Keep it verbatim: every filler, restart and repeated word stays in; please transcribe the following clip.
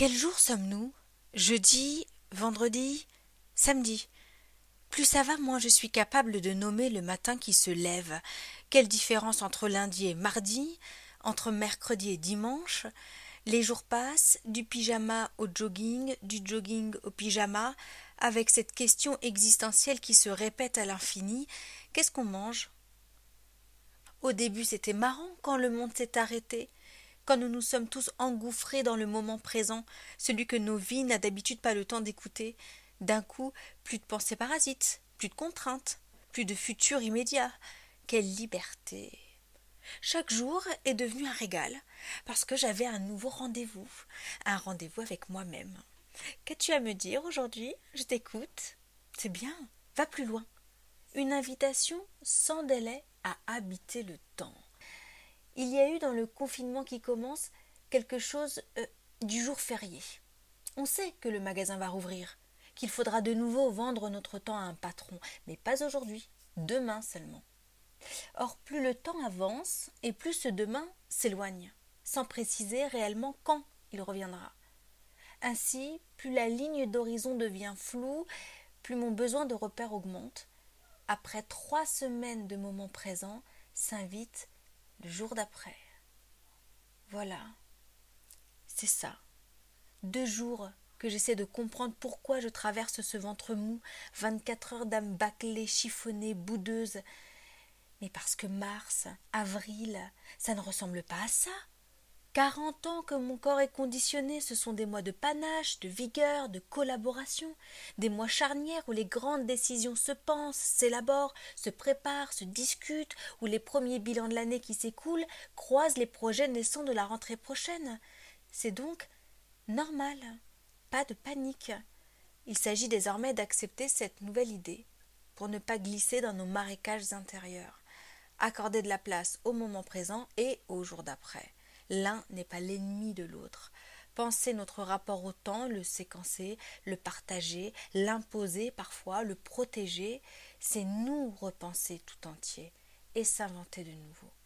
Quel jour sommes-nous? Jeudi, vendredi, samedi. Plus ça va, moins je suis capable de nommer le matin qui se lève. Quelle différence entre lundi et mardi, entre mercredi et dimanche. Les jours passent, du pyjama au jogging, du jogging au pyjama, avec cette question existentielle qui se répète à l'infini. Qu'est-ce qu'on mange? Au début, c'était marrant quand le monde s'est arrêté, quand nous nous sommes tous engouffrés dans le moment présent, celui que nos vies n'a d'habitude pas le temps d'écouter. D'un coup, plus de pensées parasites, plus de contraintes, plus de futur immédiat. Quelle liberté! Chaque jour est devenu un régal, parce que j'avais un nouveau rendez-vous, un rendez-vous avec moi-même. Qu'as-tu à me dire aujourd'hui? Je t'écoute. C'est bien, va plus loin. Une invitation sans délai à habiter le temps. Il y a eu dans le confinement qui commence quelque chose euh, du jour férié. On sait que le magasin va rouvrir, qu'il faudra de nouveau vendre notre temps à un patron, mais pas aujourd'hui, demain seulement. Or, plus le temps avance et plus ce demain s'éloigne, sans préciser réellement quand il reviendra. Ainsi, plus la ligne d'horizon devient floue, plus mon besoin de repères augmente. Après trois semaines de moments présents, s'invite le jour d'après. Voilà, c'est ça. Deux jours que j'essaie de comprendre pourquoi je traverse ce ventre mou, vingt-quatre heures d'âme bâclée, chiffonnée, boudeuse. Mais parce que mars, avril, ça ne ressemble pas à ça. Quarante ans que mon corps est conditionné, ce sont des mois de panache, de vigueur, de collaboration, des mois charnières où les grandes décisions se pensent, s'élaborent, se préparent, se discutent, où les premiers bilans de l'année qui s'écoule croisent les projets naissants de la rentrée prochaine. C'est donc normal, pas de panique. Il s'agit désormais d'accepter cette nouvelle idée pour ne pas glisser dans nos marécages intérieurs, accorder de la place au moment présent et au jour d'après. L'un n'est pas l'ennemi de l'autre. Penser notre rapport au temps, le séquencer, le partager, l'imposer parfois, le protéger, c'est nous repenser tout entier et s'inventer de nouveau.